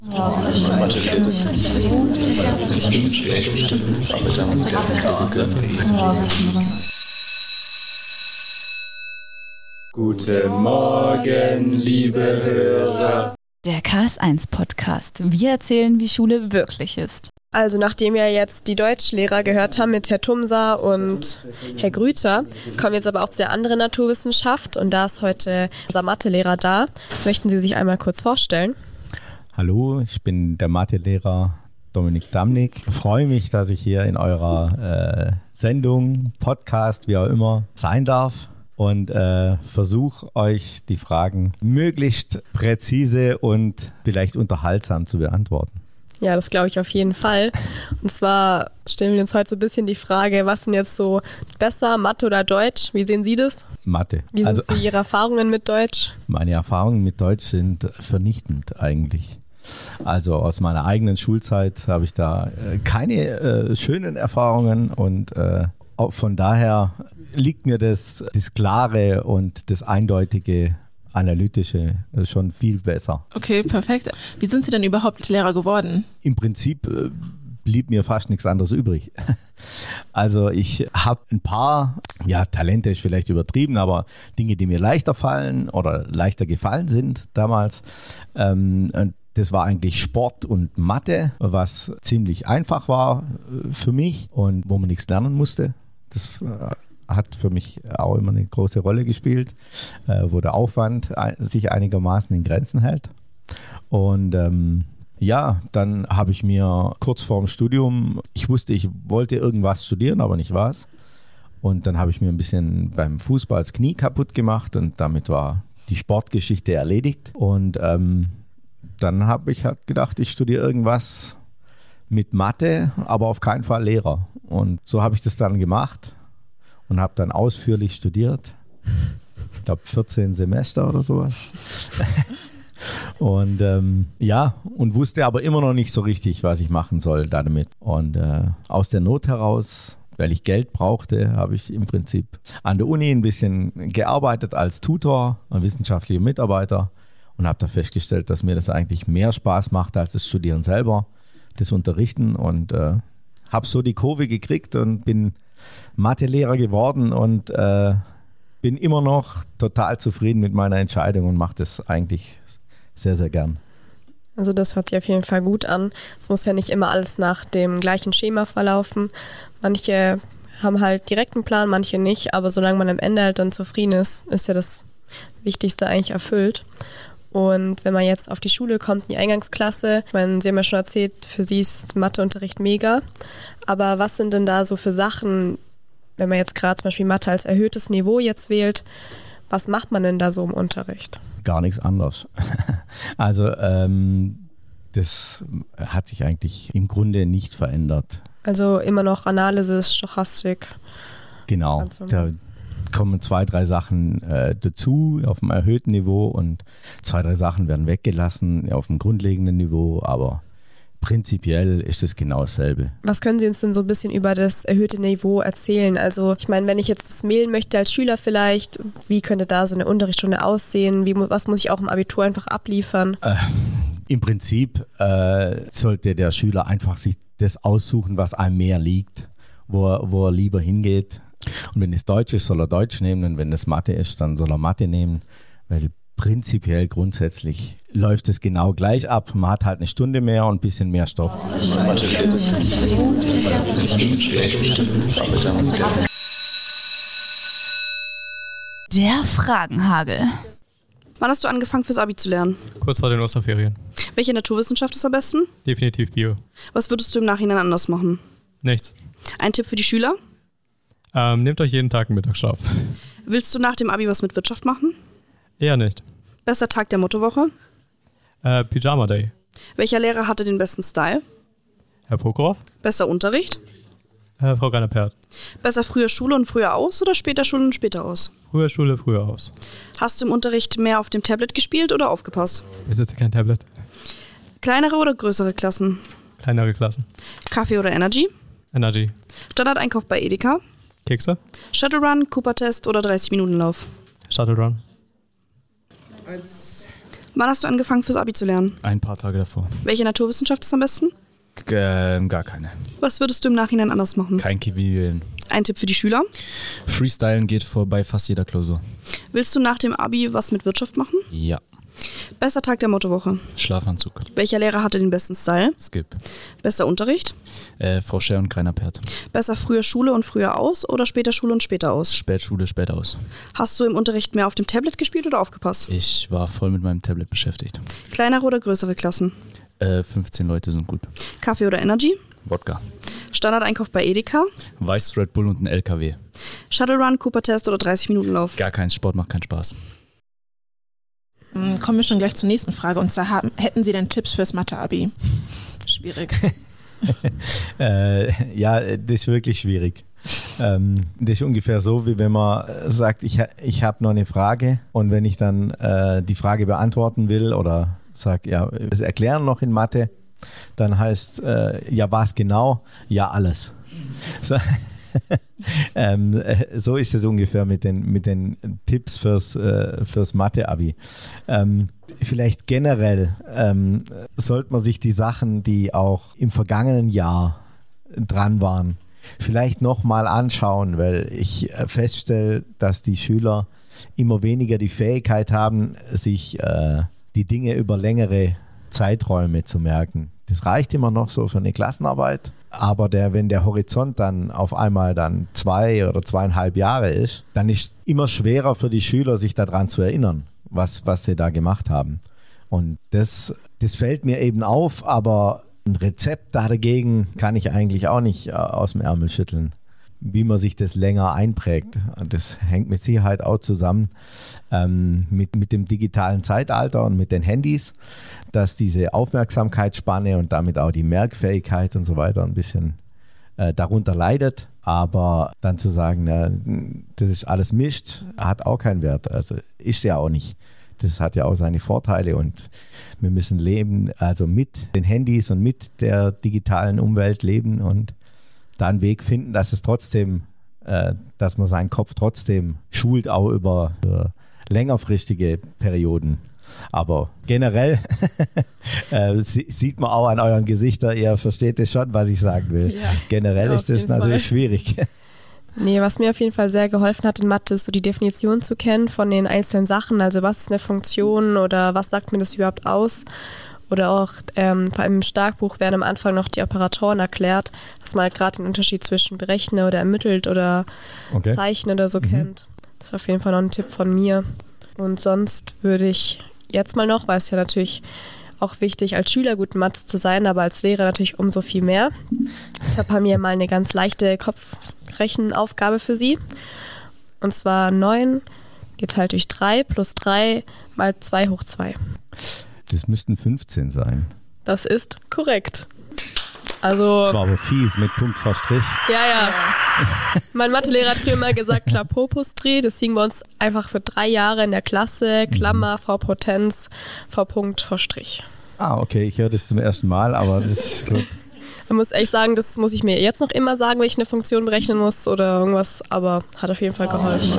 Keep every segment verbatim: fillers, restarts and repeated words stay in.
Guten Morgen, liebe Hörer. Der K S eins Podcast. Wir erzählen, wie Schule wirklich ist. Also nachdem wir jetzt die Deutschlehrer gehört haben mit Herr Tumsa und Herr Grüter, kommen wir jetzt aber auch zu der anderen Naturwissenschaft und da ist heute unser Mathelehrer da. Möchten Sie sich einmal kurz vorstellen? Hallo, ich bin der Mathelehrer Dominik Damnig. Ich freue mich, dass ich hier in eurer äh, Sendung, Podcast, wie auch immer, sein darf. Und äh, versuche euch die Fragen möglichst präzise und vielleicht unterhaltsam zu beantworten. Ja, das glaube ich auf jeden Fall. Und zwar stellen wir uns heute so ein bisschen die Frage, was sind jetzt so besser, Mathe oder Deutsch? Wie sehen Sie das? Mathe. Wie sind also, Sie Ihre Erfahrungen mit Deutsch? Meine Erfahrungen mit Deutsch sind vernichtend eigentlich. Also aus meiner eigenen Schulzeit habe ich da äh, keine äh, schönen Erfahrungen und äh, auch von daher liegt mir das, das Klare und das Eindeutige, Analytische schon viel besser. Okay, perfekt. Wie sind Sie denn überhaupt Lehrer geworden? Im Prinzip äh, blieb mir fast nichts anderes übrig. Also ich habe ein paar, ja, Talente ist vielleicht übertrieben, aber Dinge, die mir leichter fallen oder leichter gefallen sind damals. Ähm, das war eigentlich Sport und Mathe, was ziemlich einfach war für mich und wo man nichts lernen musste. Das äh, hat für mich auch immer eine große Rolle gespielt, äh, wo der Aufwand ein, sich einigermaßen in Grenzen hält. Und ähm, ja, dann habe ich mir kurz vorm Studium, ich wusste, ich wollte irgendwas studieren, aber nicht was. Und dann habe ich mir ein bisschen beim Fußball das Knie kaputt gemacht und damit war die Sportgeschichte erledigt. Und ähm, dann habe ich halt gedacht, ich studiere irgendwas mit Mathe, aber auf keinen Fall Lehrer. Und so habe ich das dann gemacht. Und habe dann ausführlich studiert. Ich glaube vierzehn Semester oder sowas. Und ähm, ja, und wusste aber immer noch nicht so richtig, was ich machen soll damit. Und äh, aus der Not heraus, weil ich Geld brauchte, habe ich im Prinzip an der Uni ein bisschen gearbeitet als Tutor, ein wissenschaftlicher Mitarbeiter und habe da festgestellt, dass mir das eigentlich mehr Spaß macht als das Studieren selber, das Unterrichten. Und äh, habe so die Kurve gekriegt und bin Mathelehrer geworden und äh, bin immer noch total zufrieden mit meiner Entscheidung und mache das eigentlich sehr, sehr gern. Also das hört sich auf jeden Fall gut an. Es muss ja nicht immer alles nach dem gleichen Schema verlaufen. Manche haben halt direkt einen Plan, manche nicht, aber solange man am Ende halt dann zufrieden ist, ist ja das Wichtigste eigentlich erfüllt. Und wenn man jetzt auf die Schule kommt, in die Eingangsklasse, ich meine, Sie haben ja schon erzählt, für Sie ist Matheunterricht mega. Aber was sind denn da so für Sachen, wenn man jetzt gerade zum Beispiel Mathe als erhöhtes Niveau jetzt wählt, was macht man denn da so im Unterricht? Gar nichts anderes. Also ähm, das hat sich eigentlich im Grunde nicht verändert. Also immer noch Analysis, Stochastik. Genau, da kommen zwei, drei Sachen äh, dazu auf dem erhöhten Niveau und zwei, drei Sachen werden weggelassen auf dem grundlegenden Niveau, aber prinzipiell ist es genau dasselbe. Was können Sie uns denn so ein bisschen über das erhöhte Niveau erzählen? Also ich meine, wenn ich jetzt das wählen möchte als Schüler vielleicht, wie könnte da so eine Unterrichtsstunde aussehen? Wie, was muss ich auch im Abitur einfach abliefern? Äh, Im Prinzip äh, sollte der Schüler einfach sich das aussuchen, was einem mehr liegt, wo er, wo er lieber hingeht. Und wenn es Deutsch ist, soll er Deutsch nehmen und wenn es Mathe ist, dann soll er Mathe nehmen, weil prinzipiell grundsätzlich läuft es genau gleich ab. Man hat halt eine Stunde mehr und ein bisschen mehr Stoff. Der Fragenhagel. Wann hast du angefangen fürs Abi zu lernen? Kurz vor den Osterferien. Welche Naturwissenschaft ist am besten? Definitiv Bio. Was würdest du im Nachhinein anders machen? Nichts. Ein Tipp für die Schüler? Ähm, nehmt euch jeden Tag einen Mittagsschlaf. Willst du nach dem Abi was mit Wirtschaft machen? Eher nicht. Bester Tag der Mottowoche? Äh, Pyjama Day. Welcher Lehrer hatte den besten Style? Herr Prokhorov. Bester Unterricht? Äh, Frau Ganapert. Besser früher Schule und früher aus oder später Schule und später aus? Früher Schule, früher aus. Hast du im Unterricht mehr auf dem Tablet gespielt oder aufgepasst? Ich sitze kein Tablet. Kleinere oder größere Klassen? Kleinere Klassen. Kaffee oder Energy? Energy. Standardeinkauf bei Edeka? Kekse. Shuttle Run, Cooper-Test oder dreißig Minuten Lauf? Shuttle Run. Wann hast du angefangen fürs Abi zu lernen? Ein paar Tage davor. Welche Naturwissenschaft ist am besten? G ähm, gar keine. Was würdest du im Nachhinein anders machen? Kein Kiwi wählen. Ein Tipp für die Schüler. Freestylen geht vor bei fast jeder Klausur. Willst du nach dem Abi was mit Wirtschaft machen? Ja. Bester Tag der Mottowoche. Schlafanzug. Welcher Lehrer hatte den besten Style? Skip. Bester Unterricht? Äh, Frau Scher und Kreinapert. Besser früher Schule und früher aus oder später Schule und später aus? Spätschule, spät aus. Hast du im Unterricht mehr auf dem Tablet gespielt oder aufgepasst? Ich war voll mit meinem Tablet beschäftigt. Kleinere oder größere Klassen? Äh, fünfzehn Leute sind gut. Kaffee oder Energy? Wodka. Standardeinkauf bei Edeka? Weiß, Red Bull und ein L K W. Shuttle Run, Cooper-Test oder dreißig Minuten Lauf? Gar kein Sport, macht keinen Spaß. Kommen wir schon gleich zur nächsten Frage. Und zwar haben, hätten Sie denn Tipps fürs Mathe-Abi? Schwierig. äh, ja, das ist wirklich schwierig. Ähm, das ist ungefähr so, wie wenn man sagt, ich, ich habe noch eine Frage und wenn ich dann äh, die Frage beantworten will oder sage, ja, das Erklären noch in Mathe, dann heißt, äh, ja, was genau? Ja, alles. So, ähm, so ist es ungefähr mit den, mit den Tipps fürs, äh, fürs Mathe-Abi. Ähm, vielleicht generell ähm, sollte man sich die Sachen, die auch im vergangenen Jahr dran waren, vielleicht nochmal anschauen, weil ich feststelle, dass die Schüler immer weniger die Fähigkeit haben, sich äh, die Dinge über längere Zeiträume zu merken. Das reicht immer noch so für eine Klassenarbeit, aber der, wenn der Horizont dann auf einmal dann zwei oder zweieinhalb Jahre ist, dann ist es immer schwerer für die Schüler, sich daran zu erinnern, was, was sie da gemacht haben. Und das, das fällt mir eben auf, aber ein Rezept dagegen kann ich eigentlich auch nicht aus dem Ärmel schütteln, wie man sich das länger einprägt. Das hängt mit Sicherheit auch zusammen ähm, mit, mit dem digitalen Zeitalter und mit den Handys, dass diese Aufmerksamkeitsspanne und damit auch die Merkfähigkeit und so weiter ein bisschen äh, darunter leidet. Aber dann zu sagen, na, das ist alles Mist, hat auch keinen Wert. Also ist ja auch nicht. Das hat ja auch seine Vorteile und wir müssen leben, also mit den Handys und mit der digitalen Umwelt leben und da einen Weg finden, dass es trotzdem, äh, dass man seinen Kopf trotzdem schult, auch über, über längerfristige Perioden. Aber generell äh, sieht man auch an euren Gesichtern, ihr versteht es schon, was ich sagen will. Ja. Generell ja, ist das natürlich Fall. schwierig. Nee, was mir auf jeden Fall sehr geholfen hat in Mathe, ist so die Definition zu kennen von den einzelnen Sachen. Also was ist eine Funktion oder was sagt mir das überhaupt aus? Oder auch ähm, im Starkbuch werden am Anfang noch die Operatoren erklärt, dass man halt gerade den Unterschied zwischen berechne oder ermittelt oder okay. zeichne oder so mhm. kennt. Das ist auf jeden Fall noch ein Tipp von mir. Und sonst würde ich jetzt mal noch, weil es ja natürlich auch wichtig, als Schüler gut in Mathe zu sein, aber als Lehrer natürlich umso viel mehr. Deshalb haben wir mal eine ganz leichte Kopfrechenaufgabe für Sie. Und zwar neun geteilt durch drei plus drei mal zwei hoch zwei. Das müssten fünfzehn sein. Das ist korrekt. Also, das war aber fies mit Punkt vor Strich. Ja, ja. Mein Mathelehrer hat früher mal gesagt, Klapopustri, das hing bei uns einfach für drei Jahre in der Klasse, Klammer, mhm. V-Potenz, V-Punkt vor Strich. Ah, okay, ich höre das zum ersten Mal, aber das ist gut. Man muss echt sagen, das muss ich mir jetzt noch immer sagen, wenn ich eine Funktion berechnen muss oder irgendwas, aber hat auf jeden Fall geholfen.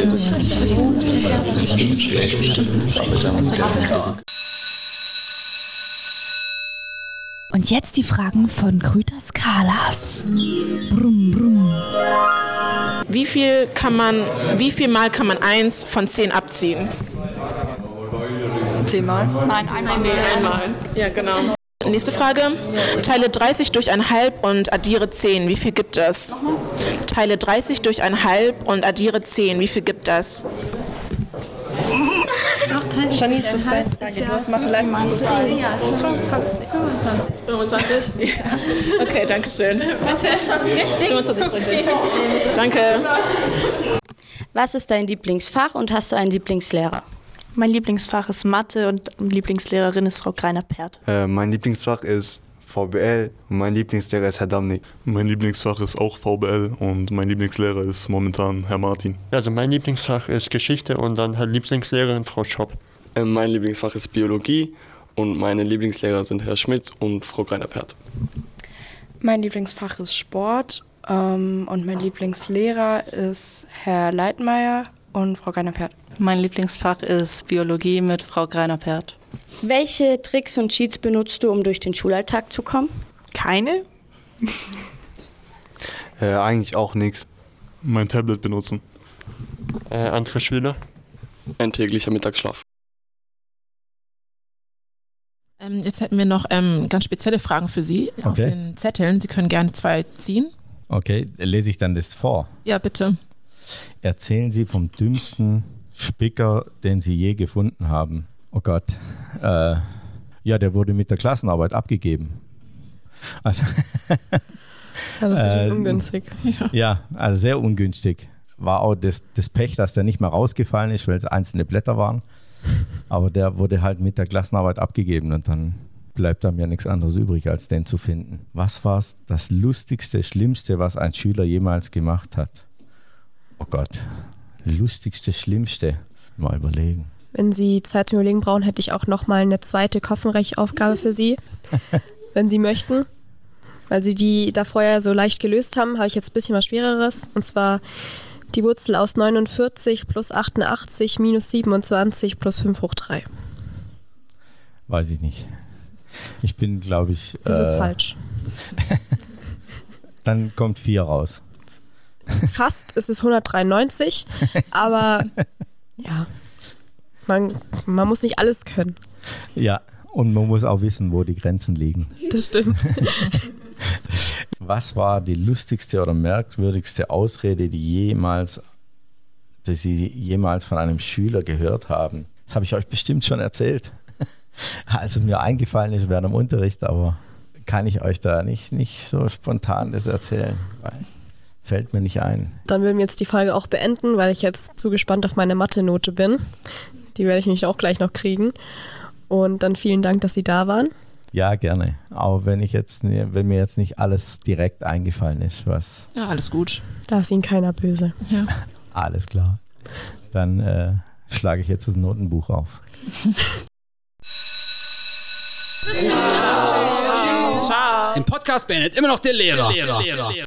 Und jetzt die Fragen von Grüters Kalas. Brumm, brumm. Wie viel kann man, wie viel Mal kann man eins von zehn abziehen? Zehnmal? Nein, einmal. Nee, einmal. Ja, genau. Nächste Frage. Teile dreißig durch ein Halb und addiere zehn. Wie viel gibt es? Teile dreißig durch ein Halb und addiere zehn. Wie viel gibt es? Shani, ist das deine Frage? Du hast Mathe-Leistungskurs. Ja, fünfundzwanzig. fünfundzwanzig? Ja. Okay, danke schön. fünfundzwanzig richtig? fünfundzwanzig ist richtig. Danke. Was ist dein Lieblingsfach und hast du einen Lieblingslehrer? Mein Lieblingsfach ist Mathe und Lieblingslehrerin ist Frau Kreinapert. Äh, mein Lieblingsfach ist V B L und mein Lieblingslehrer ist Herr Damnik. Mein Lieblingsfach ist auch V B L und mein Lieblingslehrer ist momentan Herr Martin. Also mein Lieblingsfach ist Geschichte und dann halt Lieblingslehrerin Frau Schopp. Äh, mein Lieblingsfach ist Biologie und meine Lieblingslehrer sind Herr Schmidt und Frau Kreinapert. Mein Lieblingsfach ist Sport ähm, und mein Lieblingslehrer ist Herr Leitmeier und Frau Kreinapert. Mein Lieblingsfach ist Biologie mit Frau Kreinapert. Welche Tricks und Cheats benutzt du, um durch den Schulalltag zu kommen? Keine. Äh, eigentlich auch nichts. Mein Tablet benutzen. Äh, andere Schüler. Ein täglicher Mittagsschlaf. Ähm, jetzt hätten wir noch ähm, ganz spezielle Fragen für Sie auf Okay. den Zetteln. Sie können gerne zwei ziehen. Okay, lese ich dann das vor. Ja, bitte. Erzählen Sie vom dümmsten Spicker, den Sie je gefunden haben. Oh Gott. Äh, ja, der wurde mit der Klassenarbeit abgegeben. Also, Das ist natürlich äh, ungünstig. ja, also sehr ungünstig. War auch das, das Pech, dass der nicht mehr rausgefallen ist, weil es einzelne Blätter waren. Aber der wurde halt mit der Klassenarbeit abgegeben und dann bleibt einem ja nichts anderes übrig, als den zu finden. Was war das Lustigste, Schlimmste, was ein Schüler jemals gemacht hat? Oh Gott, lustigste, Schlimmste. Mal überlegen. Wenn Sie Zeit zum Überlegen brauchen, hätte ich auch nochmal eine zweite Kopfenrechaufgabe für Sie, wenn Sie möchten. Weil Sie die da vorher so leicht gelöst haben, habe ich jetzt ein bisschen was Schwereres. Und zwar die Wurzel aus neunundvierzig plus achtundachtzig minus siebenundzwanzig plus fünf hoch drei. Weiß ich nicht. Ich bin, glaube ich... Das äh, ist falsch. Dann kommt vier raus. Fast ist es hundertdreiundneunzig, aber ja, man, man muss nicht alles können. Ja, und man muss auch wissen, wo die Grenzen liegen. Das stimmt. Was war die lustigste oder merkwürdigste Ausrede, die jemals, die Sie jemals von einem Schüler gehört haben? Das habe ich euch bestimmt schon erzählt. Also mir eingefallen ist während dem Unterricht, aber kann ich euch da nicht, nicht so spontan das erzählen, weil fällt mir nicht ein. Dann würden wir jetzt die Folge auch beenden, weil ich jetzt zu gespannt auf meine Mathe-Note bin. Die werde ich nämlich auch gleich noch kriegen. Und dann vielen Dank, dass Sie da waren. Ja, gerne. Auch wenn ich jetzt, wenn mir jetzt nicht alles direkt eingefallen ist, was. Ja, alles gut. Da ist Ihnen keiner böse. Ja. Alles klar. Dann äh, schlage ich jetzt das Notenbuch auf. Den Podcast beendet immer noch der Lehrer. Der Lehrer. Der Lehrer.